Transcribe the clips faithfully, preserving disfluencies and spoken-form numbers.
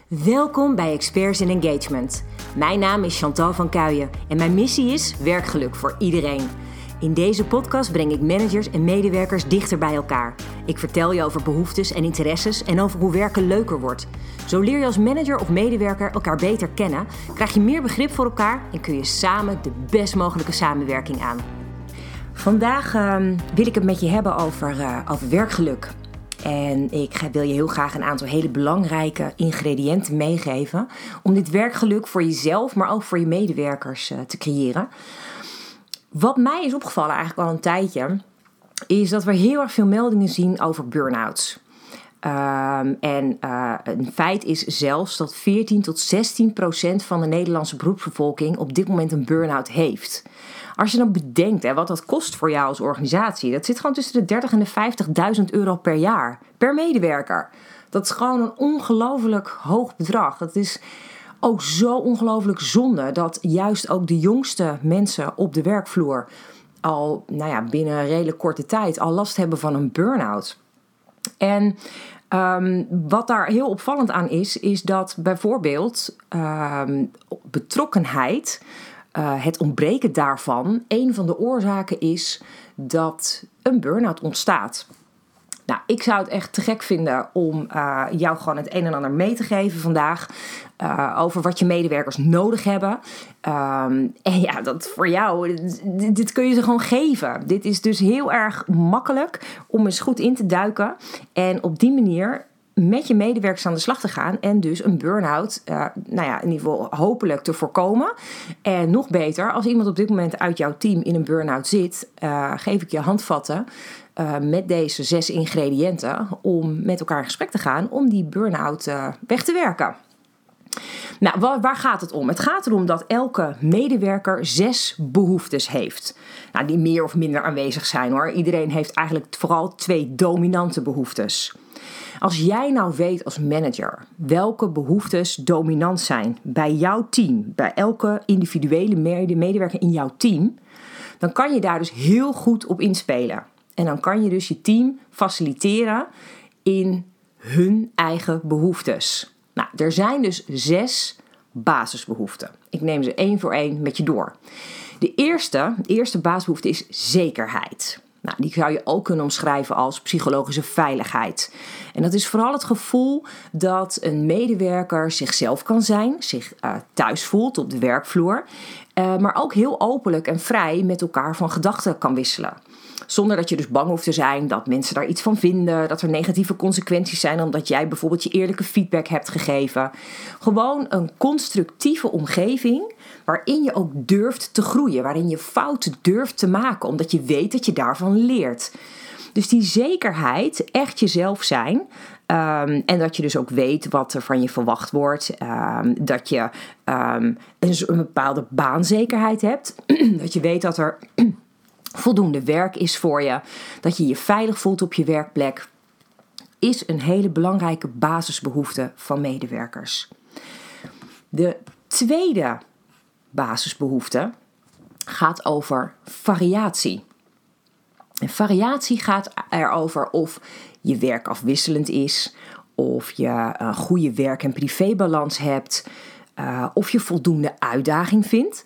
Welkom bij Experts in Engagement. Mijn naam is Chantal van Kuijen en mijn missie is werkgeluk voor iedereen. In deze podcast breng ik managers en medewerkers dichter bij elkaar. Ik vertel je over behoeftes en interesses en over hoe werken leuker wordt. Zo leer je als manager of medewerker elkaar beter kennen, krijg je meer begrip voor elkaar en kun je samen de best mogelijke samenwerking aan. Vandaag uh, wil ik het met je hebben over, uh, over werkgeluk. En ik wil je heel graag een aantal hele belangrijke ingrediënten meegeven om dit werkgeluk voor jezelf, maar ook voor je medewerkers uh, te creëren. Wat mij is opgevallen eigenlijk al een tijdje, is dat we heel erg veel meldingen zien over burn-outs. Um, en uh, een feit is zelfs dat veertien tot zestien procent van de Nederlandse beroepsbevolking op dit moment een burn-out heeft. Als je dan bedenkt hè, wat dat kost voor jou als organisatie, dat zit gewoon tussen de dertig en de vijftigduizend euro per jaar, per medewerker. Dat is gewoon een ongelooflijk hoog bedrag. Het is ook zo ongelooflijk zonde dat juist ook de jongste mensen op de werkvloer al nou ja, binnen een redelijk korte tijd al last hebben van een burn-out. En um, wat daar heel opvallend aan is, is dat bijvoorbeeld um, betrokkenheid, uh, het ontbreken daarvan, een van de oorzaken is dat een burn-out ontstaat. Nou, ik zou het echt te gek vinden om uh, jou gewoon het een en ander mee te geven vandaag uh, over wat je medewerkers nodig hebben. Um, en ja, dat voor jou, dit, dit kun je ze gewoon geven. Dit is dus heel erg makkelijk om eens goed in te duiken en op die manier met je medewerkers aan de slag te gaan en dus een burn-out, uh, nou ja, in ieder geval hopelijk te voorkomen. En nog beter, als iemand op dit moment uit jouw team in een burn-out zit, uh, geef ik je handvatten uh, met deze zes ingrediënten om met elkaar in gesprek te gaan om die burn-out uh, weg te werken. Nou, waar, waar gaat het om? Het gaat erom dat elke medewerker zes behoeftes heeft. Nou, die meer of minder aanwezig zijn hoor. Iedereen heeft eigenlijk vooral twee dominante behoeftes. Als jij nou weet als manager welke behoeftes dominant zijn bij jouw team, bij elke individuele medewerker in jouw team, dan kan je daar dus heel goed op inspelen. En dan kan je dus je team faciliteren in hun eigen behoeftes. Nou, er zijn dus zes basisbehoeften. Ik neem ze één voor één met je door. De eerste, de eerste basisbehoefte is zekerheid. Nou, die zou je ook kunnen omschrijven als psychologische veiligheid. En dat is vooral het gevoel dat een medewerker zichzelf kan zijn, zich uh, thuis voelt op de werkvloer, uh, maar ook heel openlijk en vrij met elkaar van gedachten kan wisselen. Zonder dat je dus bang hoeft te zijn dat mensen daar iets van vinden, dat er negatieve consequenties zijn omdat jij bijvoorbeeld je eerlijke feedback hebt gegeven. Gewoon een constructieve omgeving waarin je ook durft te groeien, waarin je fouten durft te maken, omdat je weet dat je daarvan leert. Dus die zekerheid, echt jezelf zijn, um, en dat je dus ook weet wat er van je verwacht wordt, um, dat je um, een, een bepaalde baanzekerheid hebt, dat je weet dat er voldoende werk is voor je, dat je je veilig voelt op je werkplek, is een hele belangrijke basisbehoefte van medewerkers. De tweede basisbehoefte gaat over variatie. En variatie gaat erover of je werk afwisselend is, of je een goede werk- en privébalans hebt, uh, of je voldoende uitdaging vindt.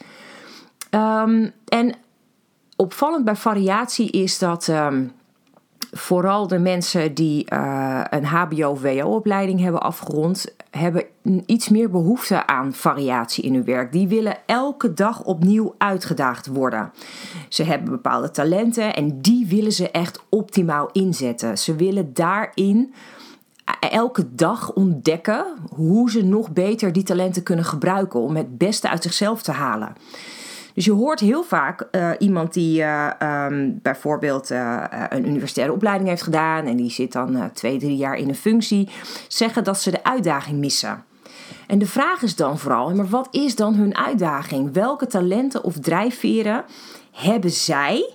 Um, en opvallend bij variatie is dat um, vooral de mensen die uh, een H B O of W O-opleiding hebben afgerond, hebben iets meer behoefte aan variatie in hun werk. Die willen elke dag opnieuw uitgedaagd worden. Ze hebben bepaalde talenten en die willen ze echt optimaal inzetten. Ze willen daarin elke dag ontdekken hoe ze nog beter die talenten kunnen gebruiken om het beste uit zichzelf te halen. Dus je hoort heel vaak uh, iemand die uh, um, bijvoorbeeld uh, een universitaire opleiding heeft gedaan en die zit dan uh, twee, drie jaar in een functie, zeggen dat ze de uitdaging missen. En de vraag is dan vooral, maar wat is dan hun uitdaging? Welke talenten of drijfveren hebben zij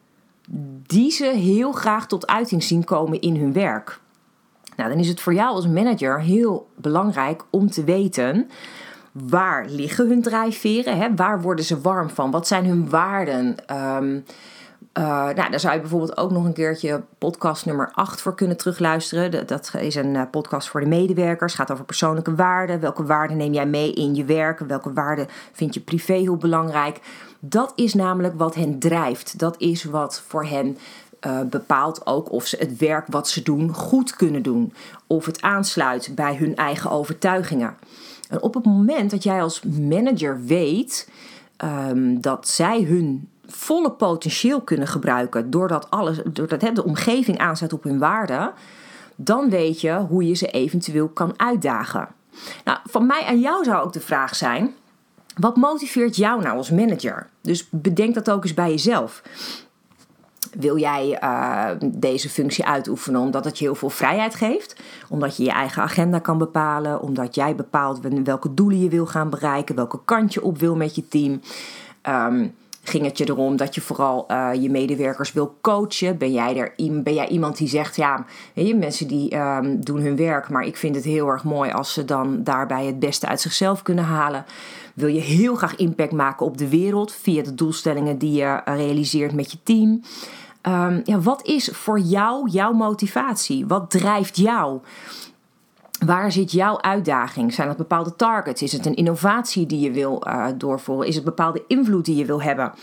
die ze heel graag tot uiting zien komen in hun werk? Nou, dan is het voor jou als manager heel belangrijk om te weten, waar liggen hun drijfveren? Hè? Waar worden ze warm van? Wat zijn hun waarden? Um, Uh, nou, daar zou je bijvoorbeeld ook nog een keertje podcast nummer acht voor kunnen terugluisteren. Dat is een uh, podcast voor de medewerkers. Het gaat over persoonlijke waarden. Welke waarden neem jij mee in je werk? Welke waarden vind je privé heel belangrijk? Dat is namelijk wat hen drijft. Dat is wat voor hen uh, bepaalt ook of ze het werk wat ze doen goed kunnen doen. Of het aansluit bij hun eigen overtuigingen. En op het moment dat jij als manager weet um, dat zij hun volle potentieel kunnen gebruiken doordat, alles, doordat he, de omgeving aanzet op hun waarden, dan weet je hoe je ze eventueel kan uitdagen. Nou, van mij aan jou zou ook de vraag zijn, wat motiveert jou nou als manager? Dus bedenk dat ook eens bij jezelf. Wil jij uh, deze functie uitoefenen omdat het je heel veel vrijheid geeft? Omdat je je eigen agenda kan bepalen? Omdat jij bepaalt welke doelen je wil gaan bereiken? Welke kant je op wil met je team? Um, Ging het je erom dat je vooral uh, je medewerkers wil coachen? Ben jij, er, ben jij iemand die zegt, ja, weet je, mensen die um, doen hun werk, maar ik vind het heel erg mooi als ze dan daarbij het beste uit zichzelf kunnen halen. Wil je heel graag impact maken op de wereld via de doelstellingen die je realiseert met je team? Um, ja, wat is voor jou jouw motivatie? Wat drijft jou? Waar zit jouw uitdaging? Zijn dat bepaalde targets? Is het een innovatie die je wil uh, doorvoeren? Is het bepaalde invloed die je wil hebben?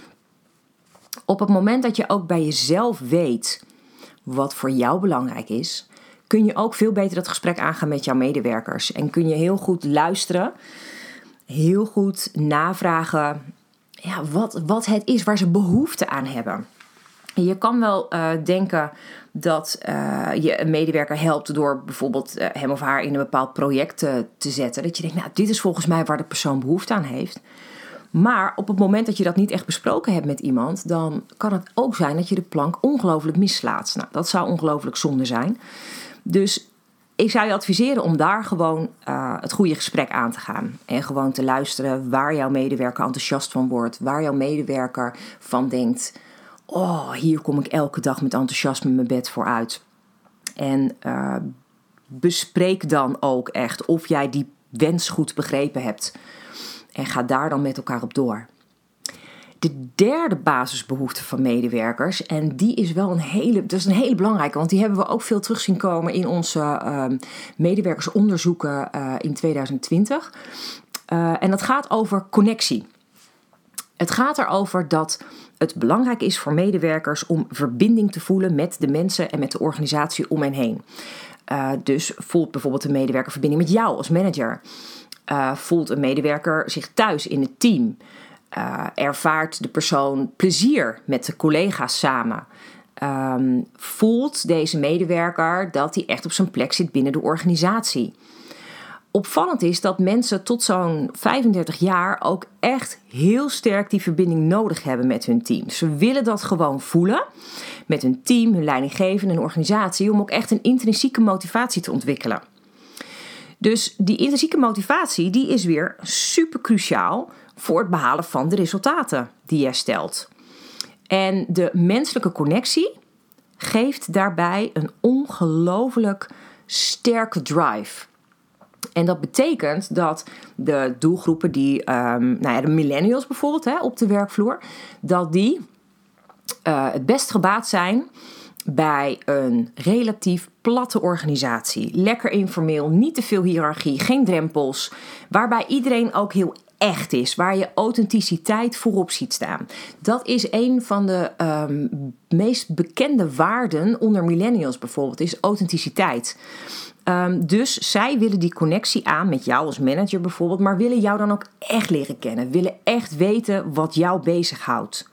Op het moment dat je ook bij jezelf weet wat voor jou belangrijk is, kun je ook veel beter dat gesprek aangaan met jouw medewerkers. En kun je heel goed luisteren, heel goed navragen ja, wat, wat het is waar ze behoefte aan hebben. Je kan wel uh, denken dat uh, je een medewerker helpt door bijvoorbeeld uh, hem of haar in een bepaald project uh, te zetten. Dat je denkt, nou, dit is volgens mij waar de persoon behoefte aan heeft. Maar op het moment dat je dat niet echt besproken hebt met iemand, dan kan het ook zijn dat je de plank ongelooflijk mislaat. Nou, dat zou ongelooflijk zonde zijn. Dus ik zou je adviseren om daar gewoon uh, het goede gesprek aan te gaan. En gewoon te luisteren waar jouw medewerker enthousiast van wordt. Waar jouw medewerker van denkt, oh, hier kom ik elke dag met enthousiasme mijn bed voor uit. En uh, bespreek dan ook echt of jij die wens goed begrepen hebt. En ga daar dan met elkaar op door. De derde basisbehoefte van medewerkers, en die is wel een hele, dat is een hele belangrijke, want die hebben we ook veel terug zien komen in onze uh, medewerkersonderzoeken uh, in twintig twintig. Uh, en dat gaat over connectie. Het gaat erover dat het belangrijk is voor medewerkers om verbinding te voelen met de mensen en met de organisatie om hen heen. Uh, dus voelt bijvoorbeeld een medewerker verbinding met jou als manager. Uh, voelt een medewerker zich thuis in het team. Uh, ervaart de persoon plezier met de collega's samen. Um, voelt deze medewerker dat hij echt op zijn plek zit binnen de organisatie. Opvallend is dat mensen tot zo'n vijfendertig jaar ook echt heel sterk die verbinding nodig hebben met hun team. Ze willen dat gewoon voelen met hun team, hun leidinggevende en organisatie, om ook echt een intrinsieke motivatie te ontwikkelen. Dus die intrinsieke motivatie die is weer super cruciaal voor het behalen van de resultaten die jij stelt. En de menselijke connectie geeft daarbij een ongelooflijk sterke drive. En dat betekent dat de doelgroepen die, um, nou ja, de millennials bijvoorbeeld hè, op de werkvloer, dat die uh, het best gebaat zijn bij een relatief platte organisatie. Lekker informeel, niet te veel hiërarchie, geen drempels, waarbij iedereen ook heel echt is, waar je authenticiteit voorop ziet staan. Dat is een van de um, meest bekende waarden onder millennials bijvoorbeeld, is authenticiteit. Um, dus zij willen die connectie aan met jou als manager bijvoorbeeld, maar willen jou dan ook echt leren kennen. Willen echt weten wat jou bezighoudt.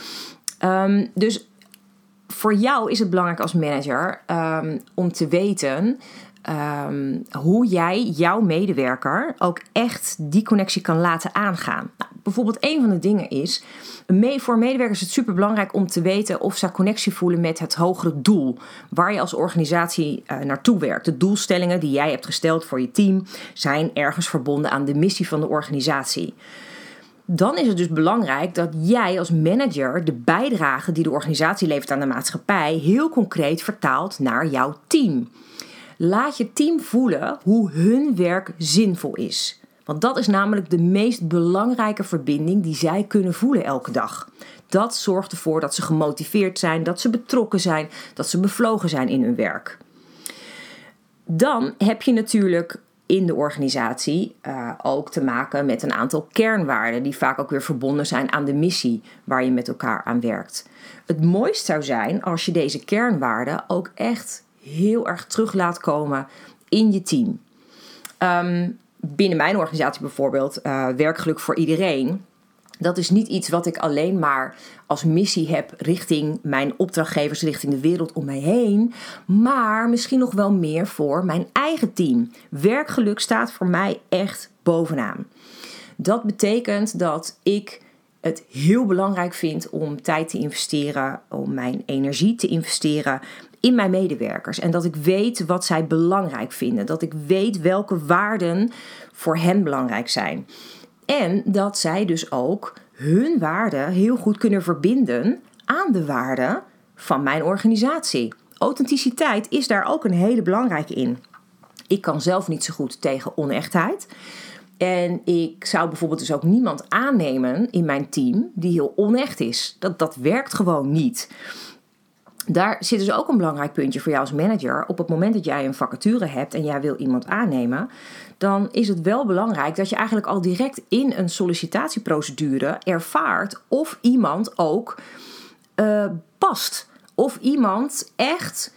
Um, dus voor jou is het belangrijk als manager um, om te weten um, hoe jij jouw medewerker ook echt die connectie kan laten aangaan. Nou, bijvoorbeeld een van de dingen is, voor medewerkers is het superbelangrijk om te weten of ze connectie voelen met het hogere doel waar je als organisatie uh, naartoe werkt. De doelstellingen die jij hebt gesteld voor je team zijn ergens verbonden aan de missie van de organisatie. Dan is het dus belangrijk dat jij als manager de bijdrage die de organisatie levert aan de maatschappij heel concreet vertaalt naar jouw team. Laat je team voelen hoe hun werk zinvol is. Want dat is namelijk de meest belangrijke verbinding die zij kunnen voelen elke dag. Dat zorgt ervoor dat ze gemotiveerd zijn, dat ze betrokken zijn, dat ze bevlogen zijn in hun werk. Dan heb je natuurlijk in de organisatie uh, ook te maken met een aantal kernwaarden die vaak ook weer verbonden zijn aan de missie waar je met elkaar aan werkt. Het mooist zou zijn als je deze kernwaarden ook echt heel erg terug laat komen in je team. Um, binnen mijn organisatie bijvoorbeeld, uh, werkgeluk voor iedereen. Dat is niet iets wat ik alleen maar als missie heb richting mijn opdrachtgevers, richting de wereld om mij heen. Maar misschien nog wel meer voor mijn eigen team. Werkgeluk staat voor mij echt bovenaan. Dat betekent dat ik het heel belangrijk vind om tijd te investeren, om mijn energie te investeren in mijn medewerkers. En dat ik weet wat zij belangrijk vinden. Dat ik weet welke waarden voor hen belangrijk zijn. En dat zij dus ook hun waarden heel goed kunnen verbinden aan de waarden van mijn organisatie. Authenticiteit is daar ook een hele belangrijke in. Ik kan zelf niet zo goed tegen onechtheid. En ik zou bijvoorbeeld dus ook niemand aannemen in mijn team die heel onecht is. Dat, dat werkt gewoon niet. Daar zit dus ook een belangrijk puntje voor jou als manager. Op het moment dat jij een vacature hebt en jij wil iemand aannemen, dan is het wel belangrijk dat je eigenlijk al direct in een sollicitatieprocedure ervaart of iemand ook uh, past. Of iemand echt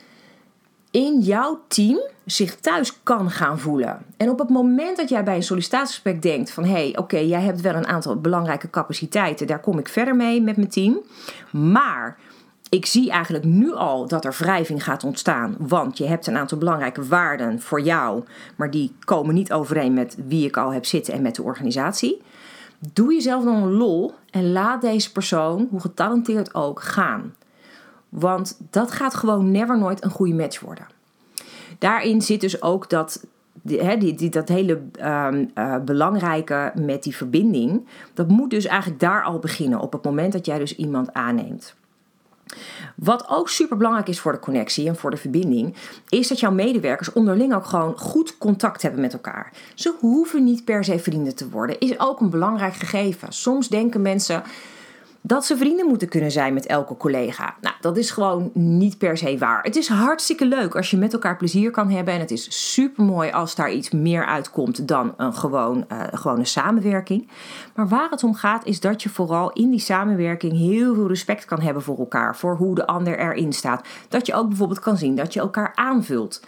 in jouw team zich thuis kan gaan voelen. En op het moment dat jij bij een sollicitatiegesprek denkt van hé, hey, oké, okay, jij hebt wel een aantal belangrijke capaciteiten, daar kom ik verder mee met mijn team, maar ik zie eigenlijk nu al dat er wrijving gaat ontstaan, want je hebt een aantal belangrijke waarden voor jou, maar die komen niet overeen met wie ik al heb zitten en met de organisatie. Doe jezelf dan een lol en laat deze persoon, hoe getalenteerd ook, gaan. Want dat gaat gewoon never nooit een goede match worden. Daarin zit dus ook dat, die, die, die, dat hele um, uh, belangrijke met die verbinding. Dat moet dus eigenlijk daar al beginnen op het moment dat jij dus iemand aanneemt. Wat ook super belangrijk is voor de connectie en voor de verbinding, is dat jouw medewerkers onderling ook gewoon goed contact hebben met elkaar. Ze hoeven niet per se vrienden te worden, is ook een belangrijk gegeven. Soms denken mensen dat ze vrienden moeten kunnen zijn met elke collega. Nou, dat is gewoon niet per se waar. Het is hartstikke leuk als je met elkaar plezier kan hebben. En het is super mooi als daar iets meer uitkomt dan een gewoon, uh, gewone samenwerking. Maar waar het om gaat is dat je vooral in die samenwerking heel veel respect kan hebben voor elkaar. Voor hoe de ander erin staat. Dat je ook bijvoorbeeld kan zien dat je elkaar aanvult.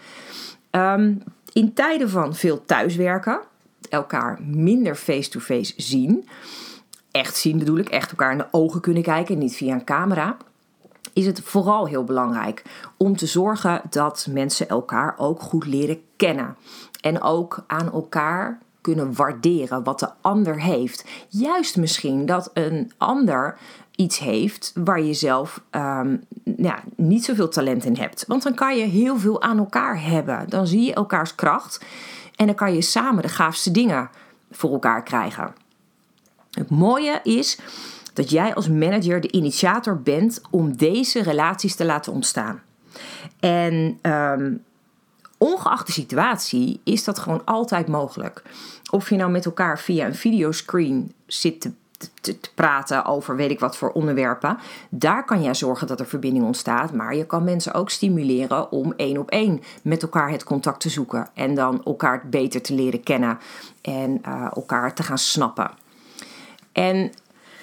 Um, in tijden van veel thuiswerken, elkaar minder face-to-face zien, echt zien bedoel ik, echt elkaar in de ogen kunnen kijken, niet via een camera, is het vooral heel belangrijk om te zorgen dat mensen elkaar ook goed leren kennen. En ook aan elkaar kunnen waarderen wat de ander heeft. Juist misschien dat een ander iets heeft waar je zelf um, ja, niet zoveel talent in hebt. Want dan kan je heel veel aan elkaar hebben. Dan zie je elkaars kracht en dan kan je samen de gaafste dingen voor elkaar krijgen. Het mooie is dat jij als manager de initiator bent om deze relaties te laten ontstaan. En um, ongeacht de situatie is dat gewoon altijd mogelijk. Of je nou met elkaar via een videoscreen zit te, te, te praten over weet ik wat voor onderwerpen. Daar kan jij zorgen dat er verbinding ontstaat. Maar je kan mensen ook stimuleren om één op één met elkaar het contact te zoeken. En dan elkaar beter te leren kennen en uh, elkaar te gaan snappen. En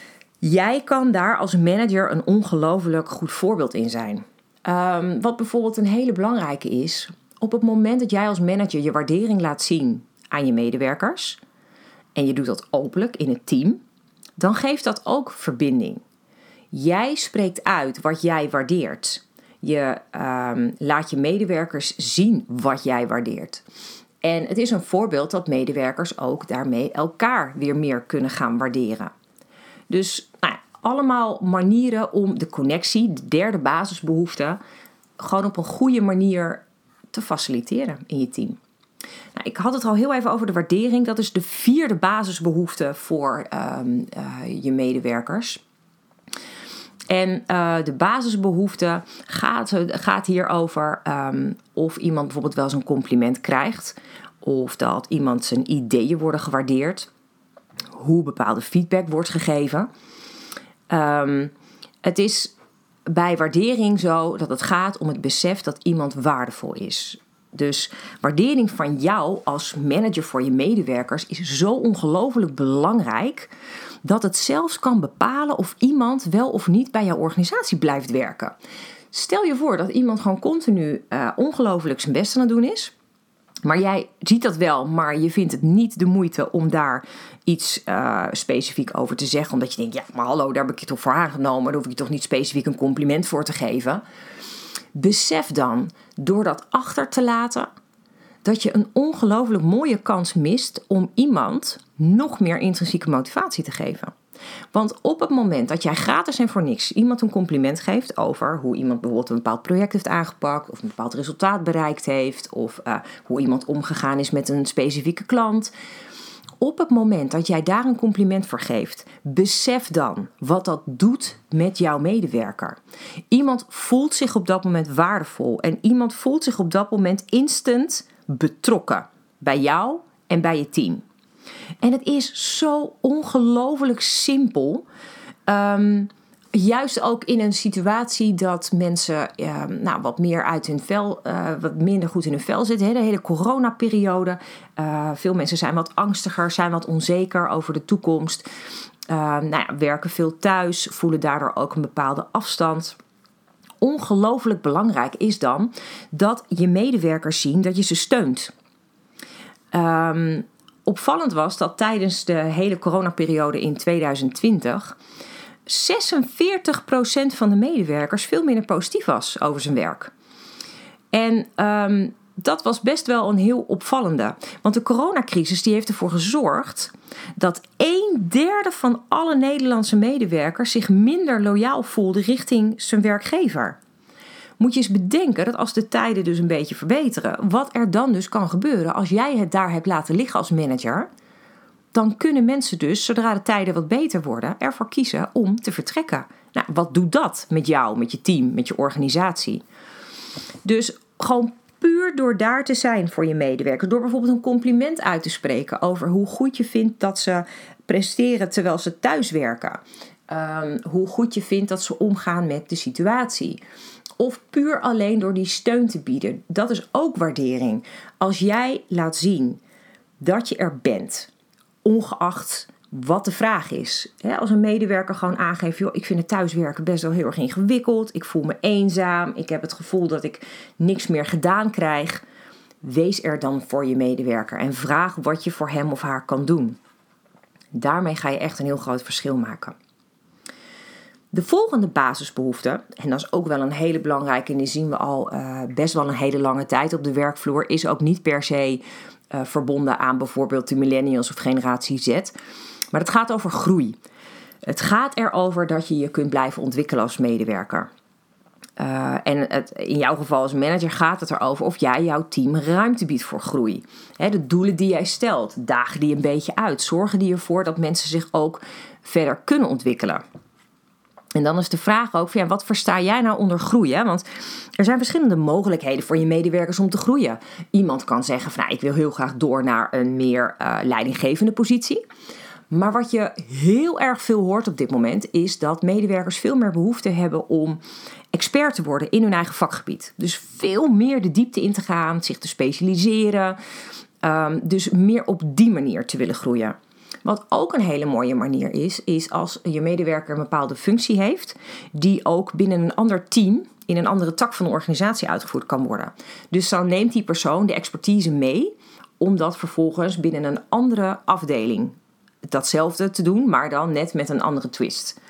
jij kan daar als manager een ongelooflijk goed voorbeeld in zijn. Um, wat bijvoorbeeld een hele belangrijke is, op het moment dat jij als manager je waardering laat zien aan je medewerkers, en je doet dat openlijk in het team, dan geeft dat ook verbinding. Jij spreekt uit wat jij waardeert. Je um, laat je medewerkers zien wat jij waardeert. En het is een voorbeeld dat medewerkers ook daarmee elkaar weer meer kunnen gaan waarderen. Dus nou ja, allemaal manieren om de connectie, de derde basisbehoefte, gewoon op een goede manier te faciliteren in je team. Nou, ik had het al heel even over de waardering. Dat is de vierde basisbehoefte voor um, uh, je medewerkers. En uh, de basisbehoefte gaat, gaat hier over um, of iemand bijvoorbeeld wel eens een compliment krijgt. Of dat iemand zijn ideeën worden gewaardeerd. Hoe bepaalde feedback wordt gegeven. Um, Het is bij waardering zo dat het gaat om het besef dat iemand waardevol is. Dus waardering van jou als manager voor je medewerkers is zo ongelooflijk belangrijk dat het zelfs kan bepalen of iemand wel of niet bij jouw organisatie blijft werken. Stel je voor dat iemand gewoon continu uh, ongelooflijk zijn best aan het doen is. Maar jij ziet dat wel, maar je vindt het niet de moeite om daar iets uh, specifiek over te zeggen. Omdat je denkt, ja, maar hallo, daar heb ik je toch voor aangenomen. Daar hoef ik je toch niet specifiek een compliment voor te geven. Besef dan, door dat achter te laten, dat je een ongelooflijk mooie kans mist om iemand nog meer intrinsieke motivatie te geven. Want op het moment dat jij gratis en voor niks iemand een compliment geeft over hoe iemand bijvoorbeeld een bepaald project heeft aangepakt, of een bepaald resultaat bereikt heeft, of uh, hoe iemand omgegaan is met een specifieke klant. Op het moment dat jij daar een compliment voor geeft, besef dan wat dat doet met jouw medewerker. Iemand voelt zich op dat moment waardevol en iemand voelt zich op dat moment instant betrokken bij jou en bij je team. En het is zo ongelooflijk simpel. Um, juist ook in een situatie dat mensen uh, nou, wat meer uit hun vel, uh, wat minder goed in hun vel zitten. Hè? De hele coronaperiode. Uh, veel mensen zijn wat angstiger, zijn wat onzeker over de toekomst. Uh, nou ja, werken veel thuis, voelen daardoor ook een bepaalde afstand. Ongelooflijk belangrijk is dan dat je medewerkers zien dat je ze steunt. Um, Opvallend was dat tijdens de hele coronaperiode in tweeduizend twintig zesenveertig procent van de medewerkers veel minder positief was over zijn werk. En um, dat was best wel een heel opvallende. Want de coronacrisis die heeft ervoor gezorgd dat een derde van alle Nederlandse medewerkers zich minder loyaal voelde richting zijn werkgever. Moet je eens bedenken dat als de tijden dus een beetje verbeteren, wat er dan dus kan gebeuren als jij het daar hebt laten liggen als manager, dan kunnen mensen dus, zodra de tijden wat beter worden, ervoor kiezen om te vertrekken. Nou, wat doet dat met jou, met je team, met je organisatie? Dus gewoon puur door daar te zijn voor je medewerkers, door bijvoorbeeld een compliment uit te spreken over hoe goed je vindt dat ze presteren terwijl ze thuis werken. Um, hoe goed je vindt dat ze omgaan met de situatie. Of puur alleen door die steun te bieden. Dat is ook waardering. Als jij laat zien dat je er bent, ongeacht wat de vraag is. Als een medewerker gewoon aangeeft, joh, ik vind het thuiswerken best wel heel erg ingewikkeld. Ik voel me eenzaam. Ik heb het gevoel dat ik niks meer gedaan krijg. Wees er dan voor je medewerker en vraag wat je voor hem of haar kan doen. Daarmee ga je echt een heel groot verschil maken. De volgende basisbehoefte, en dat is ook wel een hele belangrijke, en die zien we al uh, best wel een hele lange tijd op de werkvloer, is ook niet per se uh, verbonden aan bijvoorbeeld de millennials of generatie Z. Maar het gaat over groei. Het gaat erover dat je je kunt blijven ontwikkelen als medewerker. Uh, en het, in jouw geval als manager gaat het erover of jij jouw team ruimte biedt voor groei. He, de doelen die jij stelt, dagen die een beetje uit. Zorgen die ervoor dat mensen zich ook verder kunnen ontwikkelen. En dan is de vraag ook, van, ja, wat versta jij nou onder groeien? Want er zijn verschillende mogelijkheden voor je medewerkers om te groeien. Iemand kan zeggen, van, nou, ik wil heel graag door naar een meer uh, leidinggevende positie. Maar wat je heel erg veel hoort op dit moment is dat medewerkers veel meer behoefte hebben om expert te worden in hun eigen vakgebied. Dus veel meer de diepte in te gaan, zich te specialiseren. Um, dus meer op die manier te willen groeien. Wat ook een hele mooie manier is, is als je medewerker een bepaalde functie heeft, die ook binnen een ander team, in een andere tak van de organisatie uitgevoerd kan worden. Dus dan neemt die persoon de expertise mee, om dat vervolgens binnen een andere afdeling datzelfde te doen, maar dan net met een andere twist.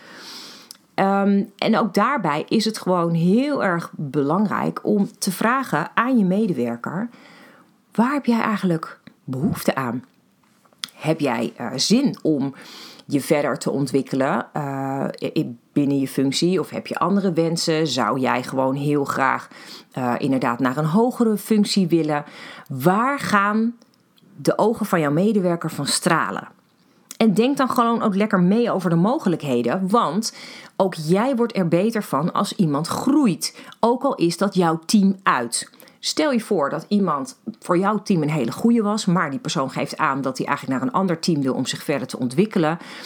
Um, en ook daarbij is het gewoon heel erg belangrijk om te vragen aan je medewerker, waar heb jij eigenlijk behoefte aan? Heb jij uh, zin om je verder te ontwikkelen uh, binnen je functie? Of heb je andere wensen? Zou jij gewoon heel graag uh, inderdaad naar een hogere functie willen? Waar gaan de ogen van jouw medewerker van stralen? En denk dan gewoon ook lekker mee over de mogelijkheden. Want ook jij wordt er beter van als iemand groeit. Ook al is dat jouw team uit. Stel je voor dat iemand voor jouw team een hele goeie was, maar die persoon geeft aan dat hij eigenlijk naar een ander team wil om zich verder te ontwikkelen.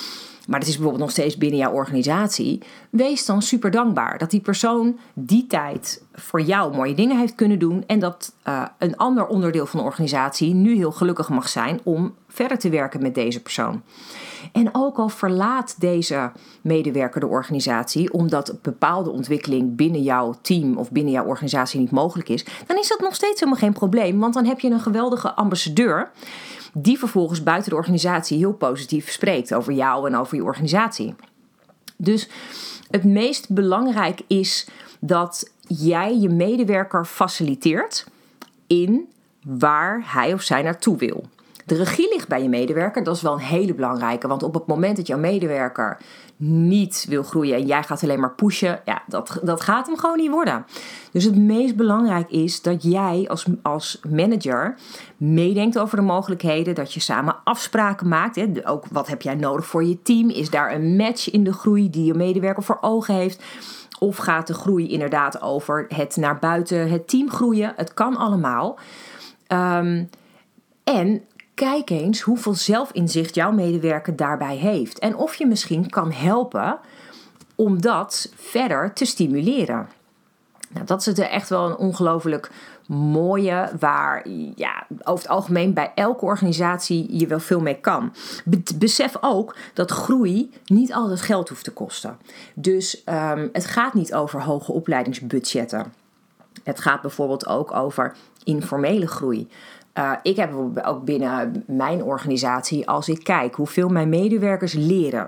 maar dat is bijvoorbeeld nog steeds binnen jouw organisatie, wees dan super dankbaar dat die persoon die tijd voor jou mooie dingen heeft kunnen doen en dat uh, een ander onderdeel van de organisatie nu heel gelukkig mag zijn om verder te werken met deze persoon. En ook al verlaat deze medewerker de organisatie omdat een bepaalde ontwikkeling binnen jouw team of binnen jouw organisatie niet mogelijk is, dan is dat nog steeds helemaal geen probleem, want dan heb je een geweldige ambassadeur die vervolgens buiten de organisatie heel positief spreekt over jou en over je organisatie. Dus het meest belangrijk is dat jij je medewerker faciliteert in waar hij of zij naartoe wil. De regie ligt bij je medewerker, dat is wel een hele belangrijke. Want op het moment dat jouw medewerker niet wil groeien en jij gaat alleen maar pushen, ja, dat, dat gaat hem gewoon niet worden. Dus het meest belangrijk is dat jij als, als manager meedenkt over de mogelijkheden, dat je samen afspraken maakt. Hè. Ook wat heb jij nodig voor je team? Is daar een match in de groei die je medewerker voor ogen heeft? Of gaat de groei inderdaad over het naar buiten het team groeien? Het kan allemaal. Um, en kijk eens hoeveel zelfinzicht jouw medewerker daarbij heeft. En of je misschien kan helpen om dat verder te stimuleren. Nou, dat is echt wel een ongelooflijk mooie, waar ja, over het algemeen bij elke organisatie je wel veel mee kan. Be- besef ook dat groei niet altijd geld hoeft te kosten. Dus um, het gaat niet over hoge opleidingsbudgetten. Het gaat bijvoorbeeld ook over informele groei. Uh, ik heb ook binnen mijn organisatie, als ik kijk hoeveel mijn medewerkers leren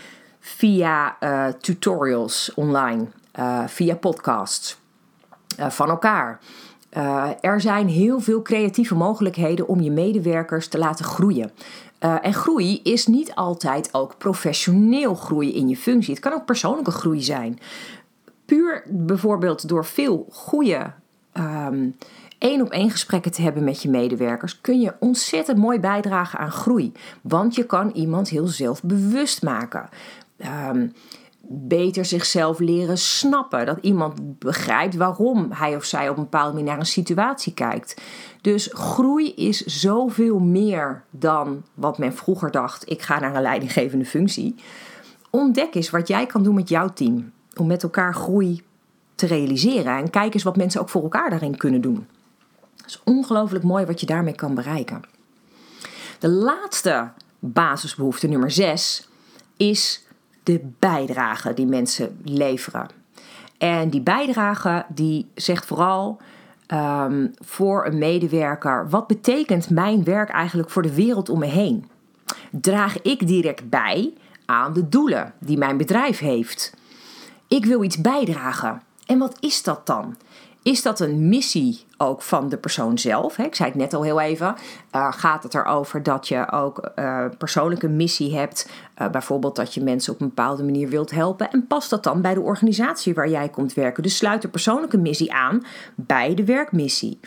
via uh, tutorials online, uh, via podcasts, uh, van elkaar. Uh, er zijn heel veel creatieve mogelijkheden om je medewerkers te laten groeien. Uh, en groei is niet altijd ook professioneel groeien in je functie. Het kan ook persoonlijke groei zijn. Puur bijvoorbeeld door veel goede Um, één op één gesprekken te hebben met je medewerkers, kun je ontzettend mooi bijdragen aan groei. Want je kan iemand heel zelfbewust maken. Um, beter zichzelf leren snappen. Dat iemand begrijpt waarom hij of zij op een bepaalde manier naar een situatie kijkt. Dus groei is zoveel meer dan wat men vroeger dacht. Ik ga naar een leidinggevende functie. Ontdek eens wat jij kan doen met jouw team. Om met elkaar groei te realiseren. En kijk eens wat mensen ook voor elkaar daarin kunnen doen. Het is ongelooflijk mooi wat je daarmee kan bereiken. De laatste basisbehoefte, nummer zes, is de bijdrage die mensen leveren. En die bijdrage die zegt vooral um, voor een medewerker, wat betekent mijn werk eigenlijk voor de wereld om me heen? Draag ik direct bij aan de doelen die mijn bedrijf heeft? Ik wil iets bijdragen. En wat is dat dan? Is dat een missie ook van de persoon zelf? Ik zei het net al heel even. Uh, gaat het erover dat je ook uh, persoonlijke missie hebt? Uh, bijvoorbeeld dat je mensen op een bepaalde manier wilt helpen. En past dat dan bij de organisatie waar jij komt werken? Dus sluit de persoonlijke missie aan bij de werkmissie.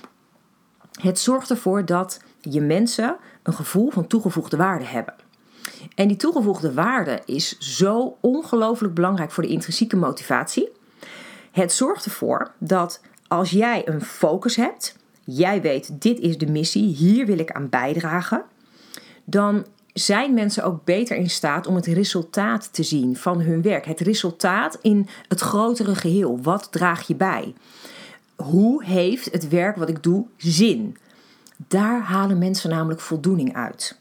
Het zorgt ervoor dat je mensen een gevoel van toegevoegde waarde hebben. En die toegevoegde waarde is zo ongelooflijk belangrijk voor de intrinsieke motivatie. Het zorgt ervoor dat als jij een focus hebt, jij weet dit is de missie, hier wil ik aan bijdragen, dan zijn mensen ook beter in staat om het resultaat te zien van hun werk. Het resultaat in het grotere geheel. Wat draag je bij? Hoe heeft het werk wat ik doe zin? Daar halen mensen namelijk voldoening uit.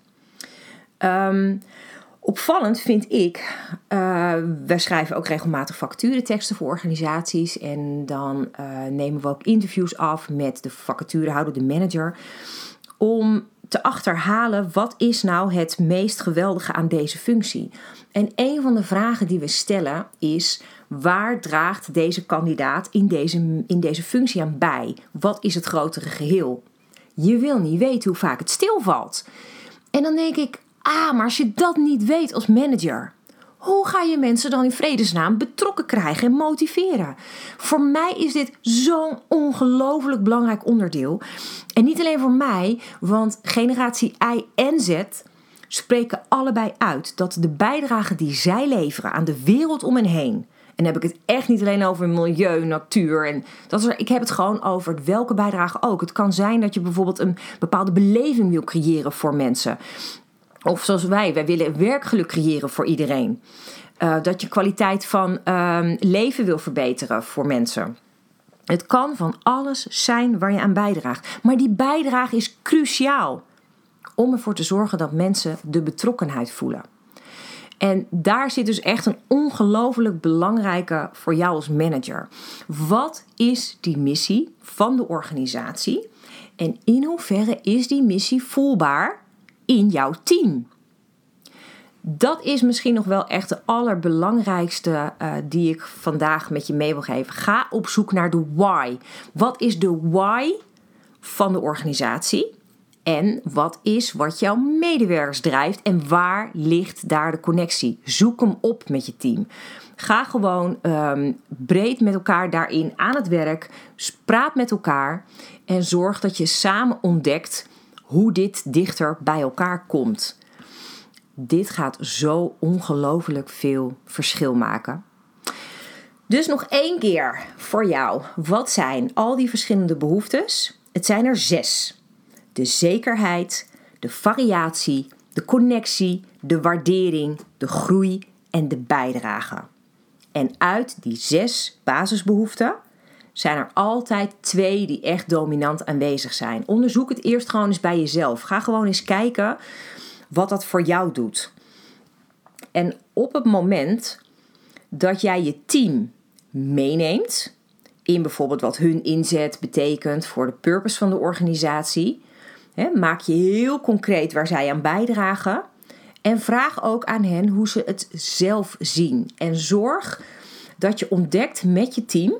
Um, Opvallend vind ik, uh, wij schrijven ook regelmatig vacatureteksten voor organisaties en dan uh, nemen we ook interviews af met de vacaturehouder, de manager, om te achterhalen wat is nou het meest geweldige aan deze functie. En een van de vragen die we stellen is, waar draagt deze kandidaat in deze, in deze functie aan bij? Wat is het grotere geheel? Je wil niet weten hoe vaak het stilvalt. En dan denk ik, ah, maar als je dat niet weet als manager, hoe ga je mensen dan in vredesnaam betrokken krijgen en motiveren? Voor mij is dit zo'n ongelooflijk belangrijk onderdeel. En niet alleen voor mij, want generatie Y en Z spreken allebei uit dat de bijdrage die zij leveren aan de wereld om hen heen, en dan heb ik het echt niet alleen over milieu, natuur. En dat is er, ik heb het gewoon over welke bijdrage ook. Het kan zijn dat je bijvoorbeeld een bepaalde beleving wil creëren voor mensen. Of zoals wij, wij willen werkgeluk creëren voor iedereen. Uh, dat je kwaliteit van uh, leven wil verbeteren voor mensen. Het kan van alles zijn waar je aan bijdraagt. Maar die bijdrage is cruciaal om ervoor te zorgen dat mensen de betrokkenheid voelen. En daar zit dus echt een ongelooflijk belangrijke voor jou als manager. Wat is die missie van de organisatie? En in hoeverre is die missie voelbaar in jouw team? Dat is misschien nog wel echt de allerbelangrijkste uh, die ik vandaag met je mee wil geven. Ga op zoek naar de why. Wat is de why van de organisatie? En wat is wat jouw medewerkers drijft en waar ligt daar de connectie? Zoek hem op met je team. Ga gewoon um, breed met elkaar daarin aan het werk. Praat met elkaar en zorg dat je samen ontdekt hoe dit dichter bij elkaar komt. Dit gaat zo ongelooflijk veel verschil maken. Dus nog één keer voor jou. Wat zijn al die verschillende behoeftes? Het zijn er zes. De zekerheid, de variatie, de connectie, de waardering, de groei en de bijdrage. En uit die zes basisbehoeften zijn er altijd twee die echt dominant aanwezig zijn. Onderzoek het eerst gewoon eens bij jezelf. Ga gewoon eens kijken wat dat voor jou doet. En op het moment dat jij je team meeneemt in bijvoorbeeld wat hun inzet betekent voor de purpose van de organisatie, hè, maak je heel concreet waar zij aan bijdragen en vraag ook aan hen hoe ze het zelf zien. En zorg dat je ontdekt met je team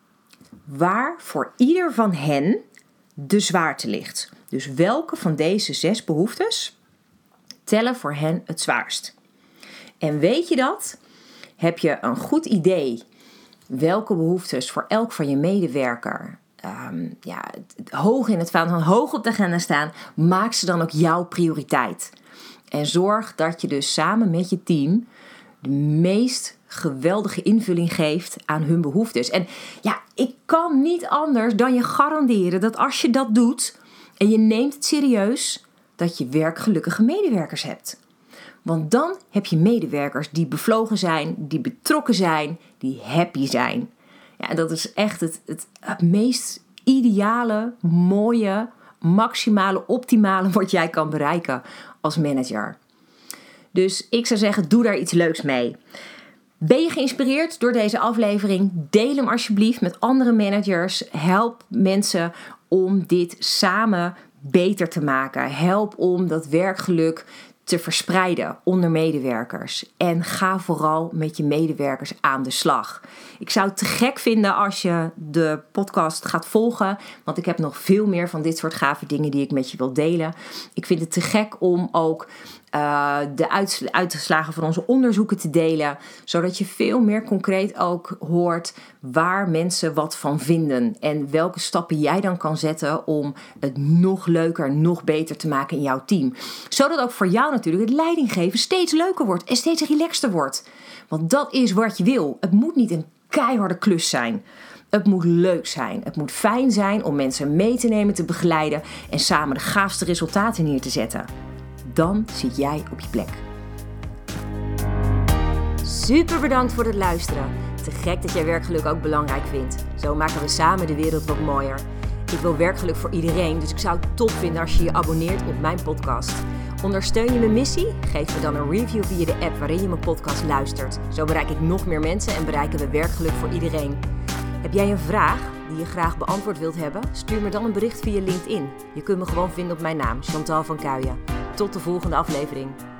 waar voor ieder van hen de zwaarte ligt. Dus welke van deze zes behoeftes tellen voor hen het zwaarst. En weet je dat? Heb je een goed idee welke behoeftes voor elk van je medewerker um, ja, hoog in het vaandel, hoog op de agenda staan, maak ze dan ook jouw prioriteit. En zorg dat je dus samen met je team de meest geweldige invulling geeft aan hun behoeftes. En ja, ik kan niet anders dan je garanderen dat als je dat doet en je neemt het serieus, dat je werkgelukkige medewerkers hebt. Want dan heb je medewerkers die bevlogen zijn, die betrokken zijn, die happy zijn. Ja, en dat is echt het, het, het meest ideale, mooie, maximale, optimale wat jij kan bereiken als manager. Dus ik zou zeggen, doe daar iets leuks mee. Ben je geïnspireerd door deze aflevering? Deel hem alsjeblieft met andere managers. Help mensen om dit samen beter te maken. Help om dat werkgeluk te verspreiden onder medewerkers. En ga vooral met je medewerkers aan de slag. Ik zou het te gek vinden als je de podcast gaat volgen. Want ik heb nog veel meer van dit soort gave dingen die ik met je wil delen. Ik vind het te gek om ook uh, de uits- uitslagen van onze onderzoeken te delen. Zodat je veel meer concreet ook hoort waar mensen wat van vinden. En welke stappen jij dan kan zetten om het nog leuker, nog beter te maken in jouw team. Zodat ook voor jou natuurlijk het leidinggeven steeds leuker wordt en steeds relaxter wordt. Want dat is wat je wil. Het moet niet een keiharde klus zijn. Het moet leuk zijn. Het moet fijn zijn om mensen mee te nemen, te begeleiden en samen de gaafste resultaten neer te zetten. Dan zit jij op je plek. Super bedankt voor het luisteren. Te gek dat jij werkgeluk ook belangrijk vindt. Zo maken we samen de wereld wat mooier. Ik wil werkgeluk voor iedereen, dus ik zou het top vinden als je je abonneert op mijn podcast. Ondersteun je mijn missie? Geef me dan een review via de app waarin je mijn podcast luistert. Zo bereik ik nog meer mensen en bereiken we werkgeluk voor iedereen. Heb jij een vraag die je graag beantwoord wilt hebben? Stuur me dan een bericht via LinkedIn. Je kunt me gewoon vinden op mijn naam, Chantal van Kuijen. Tot de volgende aflevering.